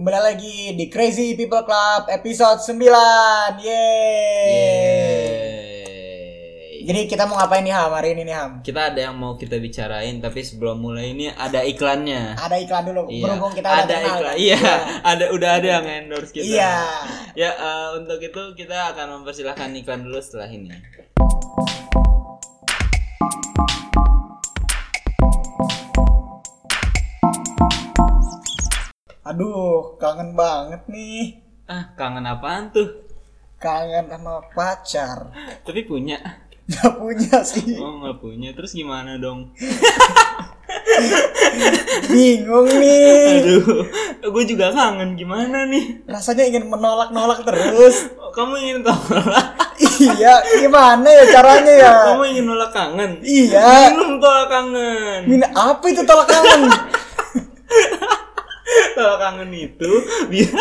Kembali lagi di Crazy People Club episode 9. Yeay. Jadi kita mau ngapain nih Ham hari ini nih Ham? Kita ada yang mau kita bicarain, tapi sebelum mulai ini ada iklannya. Ada iklan dulu. Iya. Berhubung kita ada iklan. Iya, udah ada yang endorse kita. Iya. Ya, untuk itu kita akan mempersilahkan iklan dulu setelah ini. Aduh, kangen banget nih. Kangen apaan tuh? Kangen sama pacar. Tapi punya. Gak punya sih. Oh, nggak punya. Terus gimana dong? Bingung nih. Aduh, gue juga kangen. Gimana nih? Rasanya ingin menolak-nolak terus. Kamu ingin tolak? Iya, gimana ya caranya ya? Kamu ingin nolak kangen? Iya. Minum tolak kangen. Apa itu tolak kangen? Tolak kangen itu biar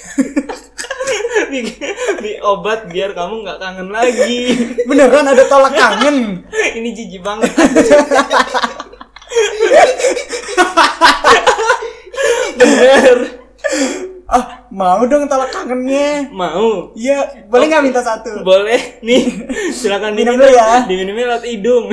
di obat biar kamu nggak kangen lagi. Beneran ada tolak kangen? Ini jijik banget. Bener. Mau dong tolak kangennya. Mau? Iya, boleh nggak minta satu? Boleh nih. Silakan Minum diminum dulu ya. Diminumnya lewat hidung.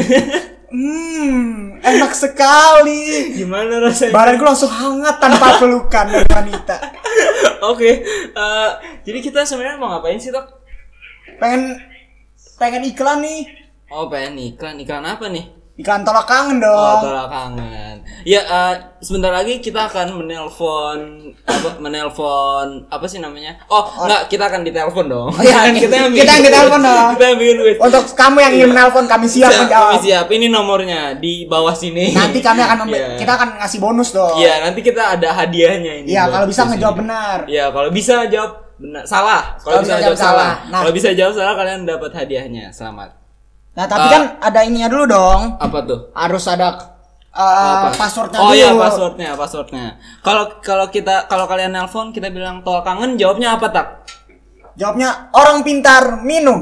Enak sekali. Gimana rasanya? Badanku langsung hangat tanpa pelukan dari wanita. Oke. Jadi kita sebenarnya mau ngapain sih, Tok? Pengen iklan nih. Oh, pengen iklan. Iklan apa nih? Iklan tolak kangen Oh, dong. tolak kangen. Ya, sebentar lagi kita akan menelpon apa sih namanya? Enggak, kita akan ditelepon dong. Iya, kita yang ditelepon dong. Kita yang bikin wait. Untuk kamu yang ingin menelpon kami siap menjawab. Kami siap. Ini nomornya di bawah sini. Nanti kami akan Iya. kita akan ngasih bonus dong. Iya, nanti kita ada hadiahnya ini. Iya, buat kalau bisa di sini. ngejawab benar. Iya, kalau bisa jawab benar. Salah. Kalau bisa jawab salah. Nah. Kalau bisa jawab salah kalian dapat hadiahnya. Selamat. Nah, tapi kan ada ininya dulu dong. Apa tuh? Harus ada passwordnya Oh dulu. iya, passwordnya. Kalau kalian nelpon kita bilang tolak kangen, jawabnya apa, Tak? Jawabnya orang pintar minum.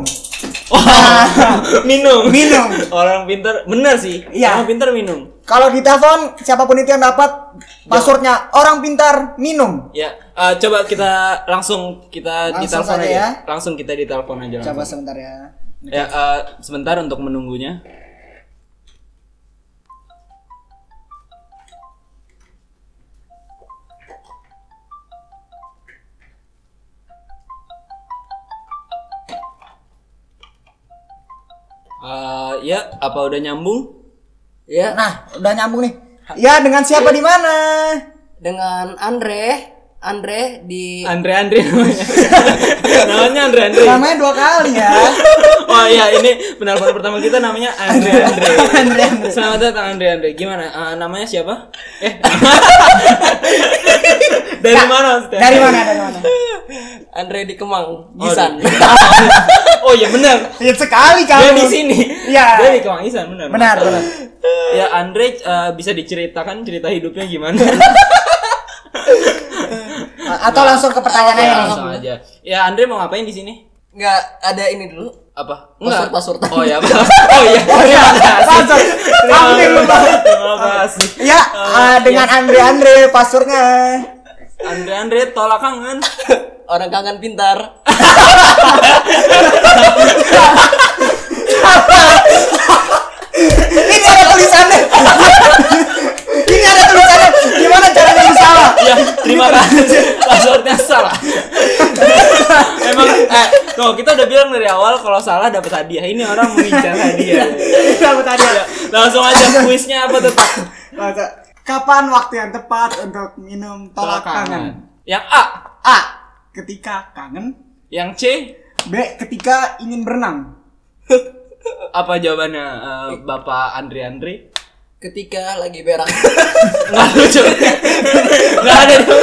Minum. Minum. Orang pintar, benar sih. Iya. Orang pintar minum. Kalau ditelepon siapapun itu yang dapat passwordnya orang pintar minum. Ya, coba kita langsung ditelepon saja aja. ya. Langsung kita ditelepon aja. Coba langsung. sebentar ya. Ya, sebentar untuk menunggunya. Ya, apa udah nyambung? Ya, Nah, udah nyambung nih. Ya, dengan siapa di mana? dengan Andre di Andre namanya. Namanya Andre. Namanya 2 kali ya. Oh iya, ini penelpon pertama kita namanya Andre. Andre. Selamat datang Andre. Gimana? Namanya siapa? Dari mana? Maksudnya? Dari mana? Andre di Kemang, Gisan. Oh iya benar. Lihat sekali kamu. Dia di sini. Iya. Dia di Kewangisan, benar. Benar. Ya Andre, bisa diceritakan cerita hidupnya gimana? Atau langsung ke pertanyaannya nih. Langsung aja. Ya Andre mau ngapain di sini? Enggak ada ini dulu. Apa? Password. Oh iya. Oh iya. Password. Hampir lupa. Terima kasih. Ya, dengan Andre passwordnya. Andre tolak kangen. Orang kangen pintar. Ini ada tulisannya. Gimana caranya ini salah? Ya, terima kasih. Passwordnya salah. Emang kita udah bilang dari awal kalau salah dapat hadiah. Ini orang mengincar hadiah. Dapat hadiah. Langsung aja kuisnya apa tuh? Kapan waktu yang tepat untuk minum tolak kangen? Yang A. A. Ketika kangen. Yang C. B. Ketika ingin berenang. Apa jawabannya Bapak Andre? Ketika lagi berak. Nggak lucu. Nggak ada di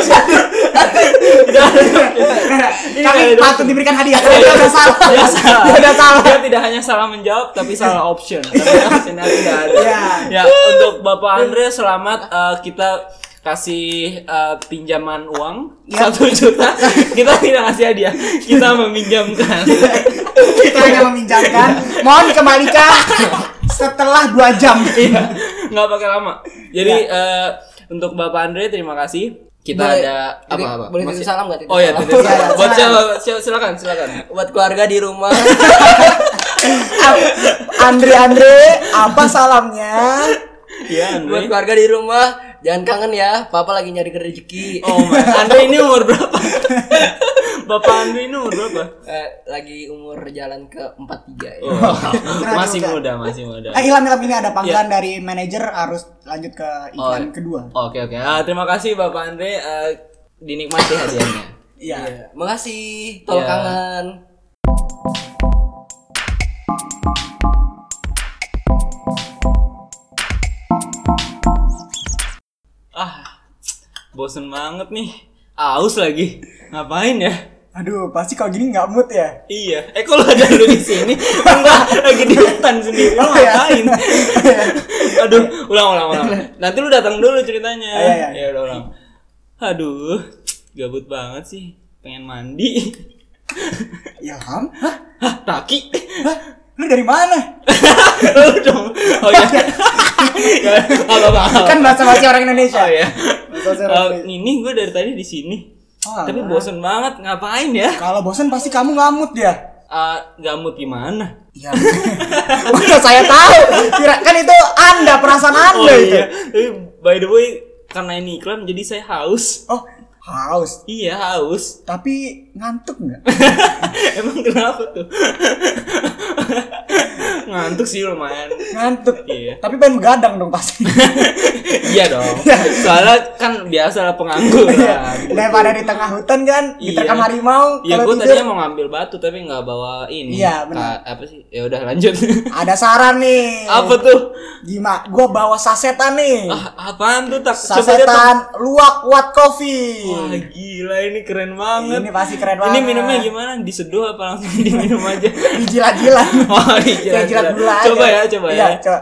Kami patut diberikan hadiah karena dia udah salah. Dia udah salah. Dia tidak hanya salah menjawab tapi salah option. Tapi optionnya tidak ada. Ya, untuk Bapak Andre selamat, kita kasih pinjaman uang 1 juta. Kita tidak ngasih hadiah, kita meminjamkan. Kita hanya meminjamkan. Mohon dikembalikan setelah 2 jam. Iya, nggak pakai lama. Jadi untuk Bapak Andre terima kasih. kita Boleh- ada apa? Boleh titip salam nggak? Titip Oh ya, salam. titip salam. Buat silakan. silakan. Buat keluarga di rumah. Andre, apa salamnya? Iya, Buat Andre. keluarga di rumah, jangan kangen ya. Papa lagi nyari rezeki. Oh my. Andre ini umur berapa? Bapak Andre ini umur berapa? Lagi umur jalan ke 43 ya. Oh, masih juga. muda. Ilham ini ada panggilan dari manajer, harus lanjut ke iklan kedua. Oke. Terima kasih Bapak Andre, dinikmati hadiahnya. Iya. Makasih, tol Iya. kangen. Bosen banget nih. Aus lagi. Ngapain ya? Aduh, pasti kalau gini nggak mood ya. Iya. Kalau ada lu di sini, enggak lagi di hutan sendiri. Lu ngapain? Aduh, ulang. Nanti lu datang dulu ceritanya. Iya. Ya udah ulang. Aduh, gabut banget sih. Pengen mandi. Ilham? Hah, Taki? Hah? Lu dari mana? Lu dong. Oh iya. Apa-apa. Kan bahasa orang Indonesia. Oh iya. Bahasa orang Indonesia. Ini gue dari tadi di sini. Oh, Tapi bosen banget. Ngapain ya? Kalau bosan pasti kamu ngamut ya. Gamut gimana? Iya. Mana saya tahu. Kan itu Anda, perasaan Anda itu. Iya. Tapi by the way, karena ini iklan jadi saya haus. Oh, haus. Iya, haus. Tapi ngantuk nggak? Emang kenapa tuh? Ngantuk sih lumayan. Ngantuk. Iya. Tapi pengen begadang dong pasti. Iya dong. Soalnya kan biasa lah pengangguran. Daripada di tengah hutan kan, diterkam Iya. harimau. Iya, kalau gue tidur. tadinya mau ngambil batu tapi nggak bawa ini. Iya, benar. Apa sih? Ya udah lanjut. Ada saran nih. Apa tuh? Gimana? Gua bawa sasetan nih. Apaan tuh? Coba lihat, Tak. Sasetan luwak kuat coffee. Wah, gila ini keren banget. Ini pasti keren Ini banget. minumnya gimana? Diseduh apa langsung diminum aja? Dijilat-jilat. Oh, Kayak jilat gula aja. Coba ya. Iya, coba.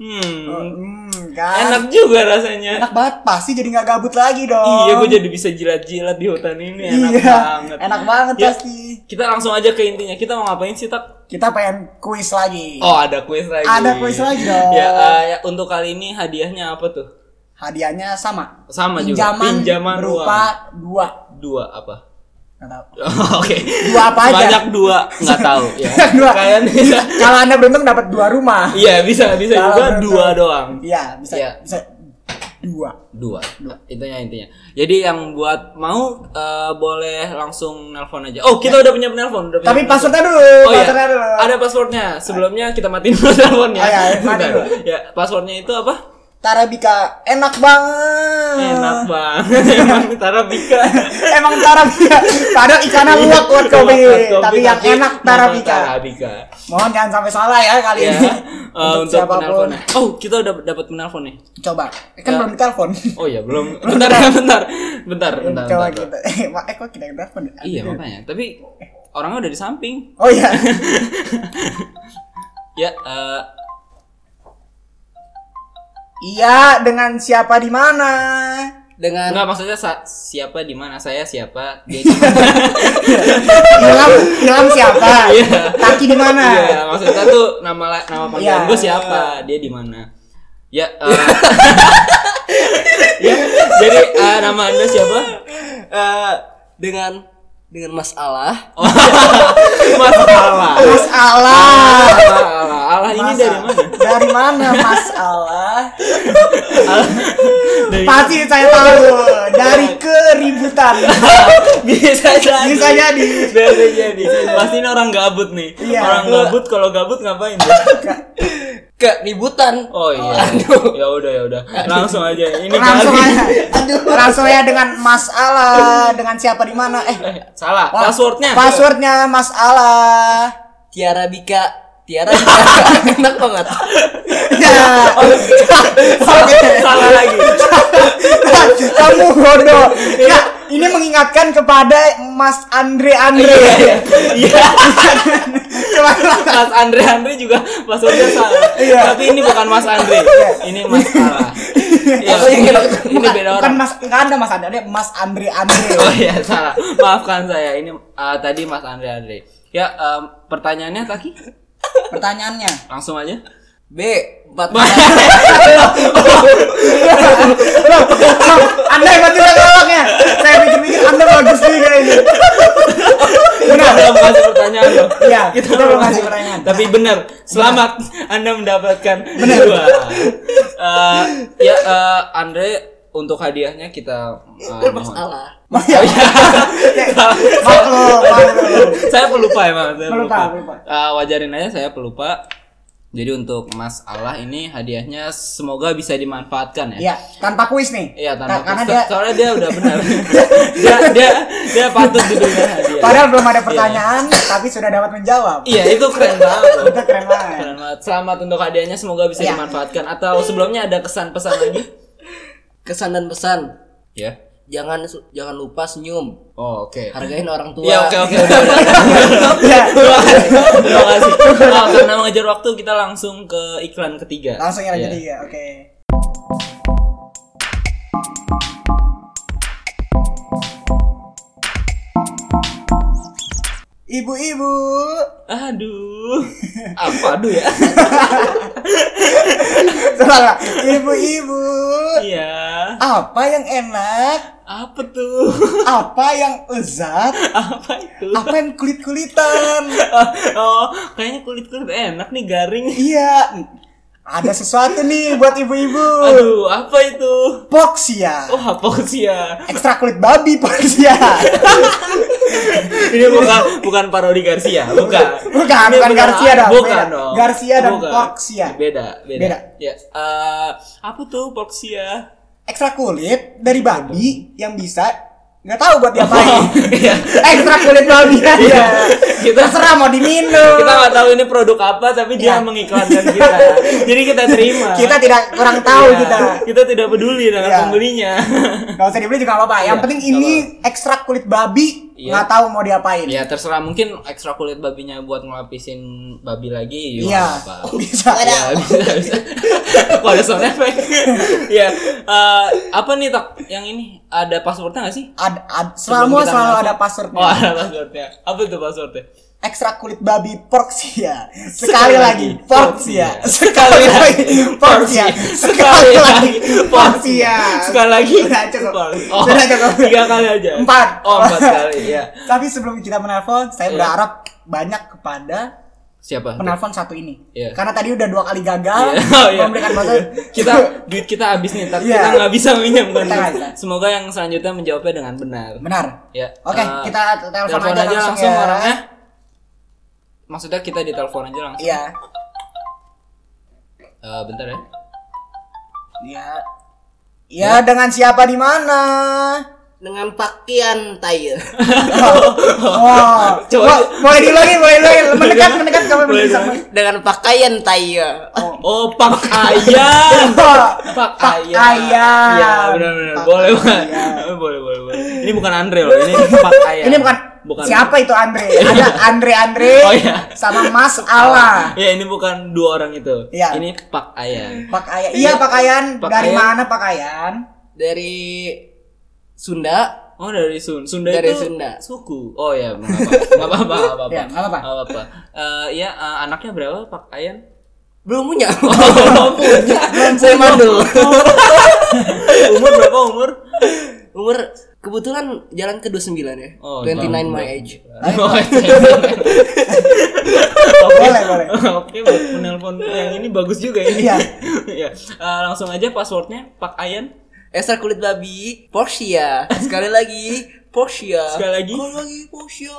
Kan. Enak juga rasanya. Enak banget, pasti jadi nggak gabut lagi dong. Iya, gue jadi bisa jilat-jilat di hutan ini. Enak Iya, banget. enak banget Ya, pasti. Kita langsung aja ke intinya. Kita mau ngapain sih, Tak? Kita pengen kuis lagi. Oh, ada kuis lagi. Ada kuis lagi dong. Ya, untuk kali ini hadiahnya apa tuh? Hadiahnya sama. Sama juga. Pinjaman berupa Dua apa? Nggak tahu. Oke. Dua apa aja? Banyak dua, nggak tahu ya. Dua. Kalian bisa. Kalau Anda beruntung dapat 2 rumah. Iya, bisa Kalau juga beruntung. 2 doang. Iya, bisa Iya. bisa 2. Dua. Intinya. Jadi yang buat mau boleh langsung nelpon aja. Oh, kita udah punya penelpon. Tapi passwordnya dulu. Oh iya. Passwordnya dulu. Ada passwordnya. Sebelumnya kita matiin dulu teleponnya. Oh, iya, matiin Bentar. dulu. Ya, passwordnya itu apa? Tarabika, enak banget. Enak banget. Emang Tarabika. Emang Tarabika. Padahal ikannya luwak kuat kopi, tapi yang enak Tarabika. Tarabika. Mohon jangan sampai salah ya kali Ya, ini. untuk penelponnya. Oh, kita udah dapat penelpon nih. Coba. Kan Ya. belum ditelepon. Oh iya, belum. Bentar. Coba kita. Kok kita yang telepon? Iya, makanya. Tapi orangnya udah di samping. Oh iya. Ya, Iya, dengan siapa di mana? Dengan enggak maksudnya siapa di mana, saya siapa, dia di mana. Ilham siapa? Iya. Taki di mana? Iya, maksudnya tuh nama panggilan Iya. gue siapa, dia di mana. Ya, ya. Jadi nama Anda siapa? dengan Mas Allah. Oh, Mas Allah. Mas Allah. Allah ini Mas dari mana? Dari mana Mas Allah? Dari Pasti saya tahu. Dari keributan. bisa jadi. Bisa jadi. Bisa jadi. Pasti ini orang gabut nih. Iya. Orang gabut, kalau gabut ngapain dia? Keributan. Oh iya. Ya udah. Langsung aja. Ini Langsung kali. aja. Langsung ya dengan Mas Allah. Dengan siapa di mana? Salah. Wah, Passwordnya. Passwordnya Mas Allah. Tiara Bika. Enak banget. Ya. Salah lagi. Kamu bodoh. Ya, ini mengingatkan kepada Mas Andre. Iya. Coba. Mas Andre juga passwordnya salah. Iya. Tapi ini bukan Mas Andre. Ini Mas salah. Iya. Ini beda Bukan orang. Mas, enggak ada Mas Andre, Mas Andre. Oh iya, salah. Maafkan saya. Ini tadi Mas Andre. Ya, pertanyaannya Taki? Pertanyaannya. Langsung aja. B 4. Anda hebat juga ngoloknya. Kita belum ngasih pertanyaan. Tapi benar. Selamat Anda mendapatkan dua. Andre untuk hadiahnya kita Masalah. Saya pelupa emang. Pelupa. Wajarin aja saya pelupa. Jadi untuk Mas Allah ini hadiahnya semoga bisa dimanfaatkan ya. Iya, tanpa kuis nih. Iya, tanpa karena kuis. Soalnya dia udah benar. dia patut diberikan hadiah. Padahal belum ada pertanyaan, tapi sudah dapat menjawab. Iya, itu keren banget. Itu keren banget. Keren banget. Selamat untuk hadiahnya, semoga bisa dimanfaatkan. Atau sebelumnya ada kesan-pesan lagi? Kesan dan pesan. Ya. Jangan lupa senyum. Oh, oke. Hargain orang tua. Ya, oke. Udah. Terima kasih. Karena mengejar waktu, kita langsung ke iklan ketiga. Langsung yang ketiga, oke. Ibu-ibu. Aduh. Apa aduh ya? Salah. Ibu-ibu. Iya. Apa yang enak? Apa tuh? Apa yang lezat? Apa itu? Apa yang kulit-kulitan? Oh, kayaknya kulit-kulit enak nih, garing. Iya. Ada sesuatu nih buat ibu-ibu. Aduh, apa itu? Poksia. Oh, Poksia. Ekstra kulit babi Poksia. Ini bukan parodi Garcia, bukan. Bukan Garcia dong. Bukan beda. dong. Garcia dan Bukan. Poksia. Beda. Beda. Ya, apa tuh Poksia? Ekstra kulit dari babi yang bisa nggak tahu buat diapain. Iya. Ekstra kulit babi aja. Kita Terserah mau diminum. Kita nggak tahu ini produk apa, tapi dia mengiklankan kita. Jadi kita terima. Kita tidak kurang tahu Iya. Kita tidak peduli dengan pembelinya. Nggak usah dibeli juga nggak apa-apa. Yang penting ini ekstra kulit babi. Nggak tahu mau diapain. Ya terserah, mungkin ekstra kulit babinya buat ngelapisin babi lagi. Iya. Bisa. Ya, bisa. Kok ada sound effect? Ya. Apa nih tak? Yang ini ada passwordnya nggak sih? Selalu ada passwordnya. Oh, ada passwordnya. Apa itu passwordnya? Ekstra kulit babi Poksia. Sekali lagi Poksia. Sekali lagi Poksia. Sekali lagi Poksia. Sekali lagi. Sudah cukup. Oh, Sudah cukup. 3 kali aja. 4. Oh, 4 kali ya. Tapi sebelum kita menelpon, saya berharap banyak kepada siapa? penelpon satu ini. Iya. Karena tadi udah 2 kali gagal memberikan password. Duit kita habis nih, tapi Iya. kita nggak bisa minjem kan. Kita nggak bisa. Semoga yang selanjutnya menjawabnya dengan benar. Benar. Ya. Oke, kita telepon aja langsung ya. orangnya. Maksudnya kita ditelepon aja langsung. Iya. Bentar ya. Iya. Ya, dengan siapa di mana? Dengan pakaian tayo. Oh, Coba. boleh diulangi. Mendekat kamu bisa. Dengan pakaian tayo. Oh, pakaian. Pakaian. Iya, benar. Boleh. Ini bukan Andre loh, ini pakaian. Ini bukan siapa itu Andre? Ada Andre Oh, iya. sama Mas Allah. Ya, ini bukan 2 orang itu. Iya. Ini pakaian. Pakaian. Iya, pakaian. Dari Pakaian. mana pakaian? Dari Sunda. Oh, dari Sunda Dari itu Sunda. suku. Oh ya, enggak apa-apa. Ya, nggak apa-apa. Anaknya berapa pakaian? Belum punya. Belum punya. Saya mandul. Umur berapa umur? Umur kebetulan jalan ke 29 ya. Oh, 29 my age. Boleh. Oke, buat penelpon yang ini bagus juga ini. Iya. Ya. Langsung aja passwordnya pakaian. Ekstra kulit babi Poksia. Sekali lagi Poksia. Sekali lagi Poksia.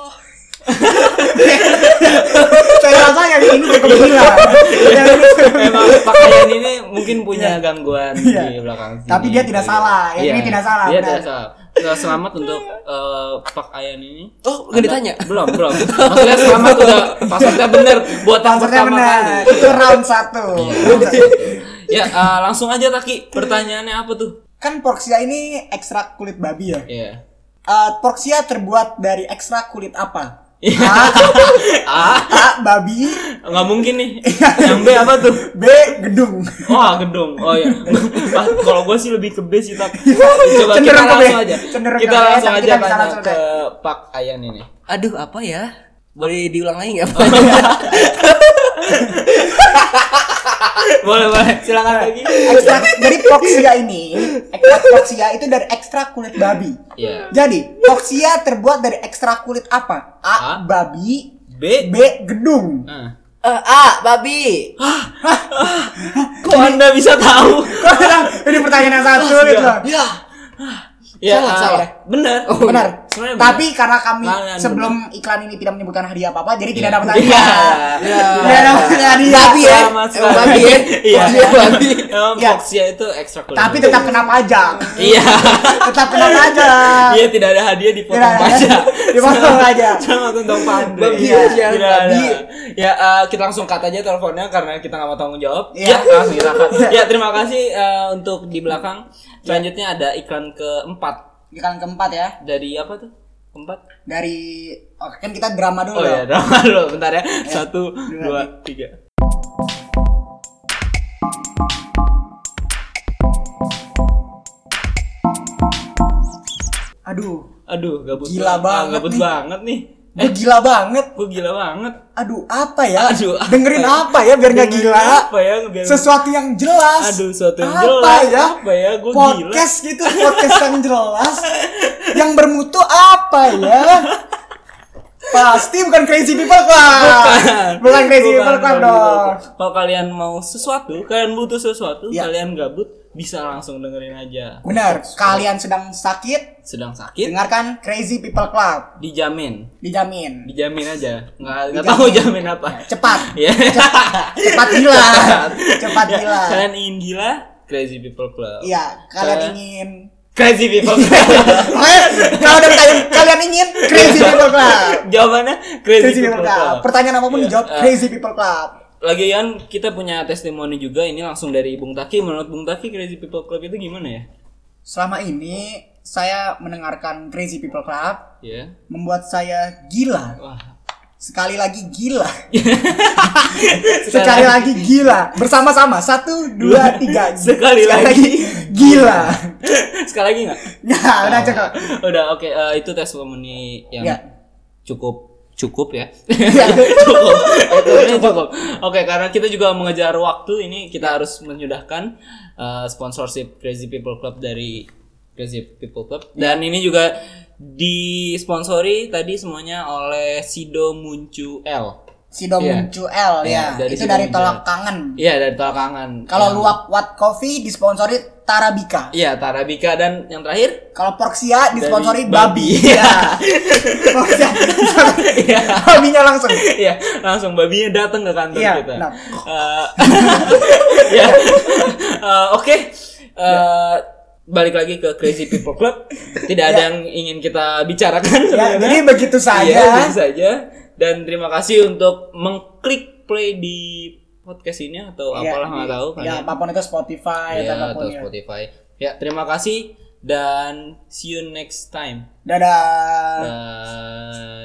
Saya rasa yang ini cukup gila. Emang pakaian ini mungkin punya gangguan di belakang sini. Tapi dia tidak salah. Yang ini tidak salah. Dia benar. tidak salah. Selamat untuk pakaian ini. Oh, nggak ditanya? Belum. Maksudnya selamat udah passwordnya bener buat yang Passwordnya pertama benar. kali. Itu round 1. Ya, langsung aja Taki. Pertanyaannya apa tuh? Kan Poksia ini ekstra kulit babi ya. Iya. Poksia terbuat dari ekstra kulit apa? Iya. A. Babi. Nggak mungkin nih. Yang B apa tuh? B. Gedung. Oh, gedung. Oh ya. Kalau gue sih lebih ke B sih, Tak. Coba kita Cenderung ke B. langsung aja. Cenderung Kita ke B, langsung tapi aja kita bisa tanya langsung ke Pak Ayan ini. Aduh, apa ya? Boleh diulang lagi nggak? Boleh. Silakan lagi. Jadi Poksia ini, ekstra Poksia itu dari ekstra kulit babi. Iya. Jadi Poksia terbuat dari ekstra kulit apa? A. A. Babi. B. B. Gedung. A. Babi. Kok Anda bisa tahu? Kok bilang ini pertanyaan yang sangat sulit loh. Ya, salah. Benar. Benar. Sebenarnya Tapi karena kami Benar. sebelum iklan ini tidak menyebutkan hadiah apa-apa, jadi tidak Iya. dapat hadiah. Iya. Tidak dapat hadiah. Babi ya. Sama sekali. Babi ya. Iya. Babi. Iya. Foxia itu ekstrakurikuler. Tapi tetap kena pajak. Iya. Tetap kena pajak. Iya, tidak ada hadiah di Tidak potong ada. pajak. Dipotong pajak. Sama tentang Pandre. Babi Iya. aja. Tidak ada. Babi. Ya, kita langsung cut aja teleponnya karena kita nggak mau tanggung jawab. Iya. Ya, langsung kita cut. Ya, terima kasih untuk di belakang. Selanjutnya ada iklan keempat. Iklan keempat ya. Dari apa tuh? Keempat? Dari kan kita drama dulu. Oh loh. ya, drama dulu. Bentar ya. 1, 2, 3. Aduh, gabut. Gila banget Gabut nih. banget nih. Gue gila banget. Gue gila banget. Aduh, apa ya? Aduh, dengerin apa ya biar nggak Dengerin gila? Apa ya biar Sesuatu yang jelas. Aduh, sesuatu yang apa jelas. Ya? Apa ya? Gue gila. Podcast gitu, podcast yang jelas. Yang bermutu apa ya? Pasti bukan Crazy People Club. Bukan Crazy People Club dong. Kalau kalian mau sesuatu, kalian butuh sesuatu, Ya. kalian gabut, bisa langsung dengerin aja. Benar, kalian sedang sakit, Sedang sakit, dengarkan Crazy People Club. dijamin. Dijamin. Dijamin aja. Nggak Dijamin. tahu jamin apa. Cepat. Ya. Cepat gila. Cepat Ya, gila. kalian ingin gila? Crazy People Club. Iya, kalian ingin Crazy People Club. kalau ada kalian ingin Crazy People Club. Jawabannya Crazy People Club. Pertanyaan apapun Iya. dijawab Crazy People Club. Lagian kita punya testimoni juga, ini langsung dari Bung Taki. Menurut Bung Taki, Crazy People Club itu gimana ya? Selama ini saya mendengarkan Crazy People Club Ya. membuat saya gila. Wah. Sekali lagi gila. Sekali lagi gila. Bersama-sama 1, 2, 3. Sekali lagi gila. Sekali lagi nggak? Ya, udah cukup. Udah, oke. Itu testimoni yang Ya. cukup ya. Ya. Cukup. Oke, karena kita juga mengejar waktu, ini kita harus menyudahkan sponsorship Crazy People Club dari Crazy People Club. Dan ini juga disponsori tadi semuanya oleh Sido Muncu L. Sido Iya. Muncu L Iya, ya. dari Itu Sido dari Muncu Tolak L. Kangen. Iya, dari Tolak Kangen. Kalau Yang- Luwak Wat Coffee disponsori Tarabika. Iya, Tarabika, dan yang terakhir Kalau Porksia disponsori Dari Babi. Babi. Ya. Porksia. Iya. Babinya langsung. Iya, langsung babinya datang ke kantor Iya, kita. benar. Ya. Oke. Balik lagi ke Crazy People Club. Tidak ada yang ingin kita bicarakan. Ya, sebenarnya. jadi begitu saja. Iya, begitu saja. Dan terima kasih untuk mengklik play di podcast ini atau Ya, apalah nggak tahu kan. Ya, apapun itu Spotify Ya, atau atau apapun ya. Spotify. Ya, terima kasih dan see you next time. Dadah. Bye.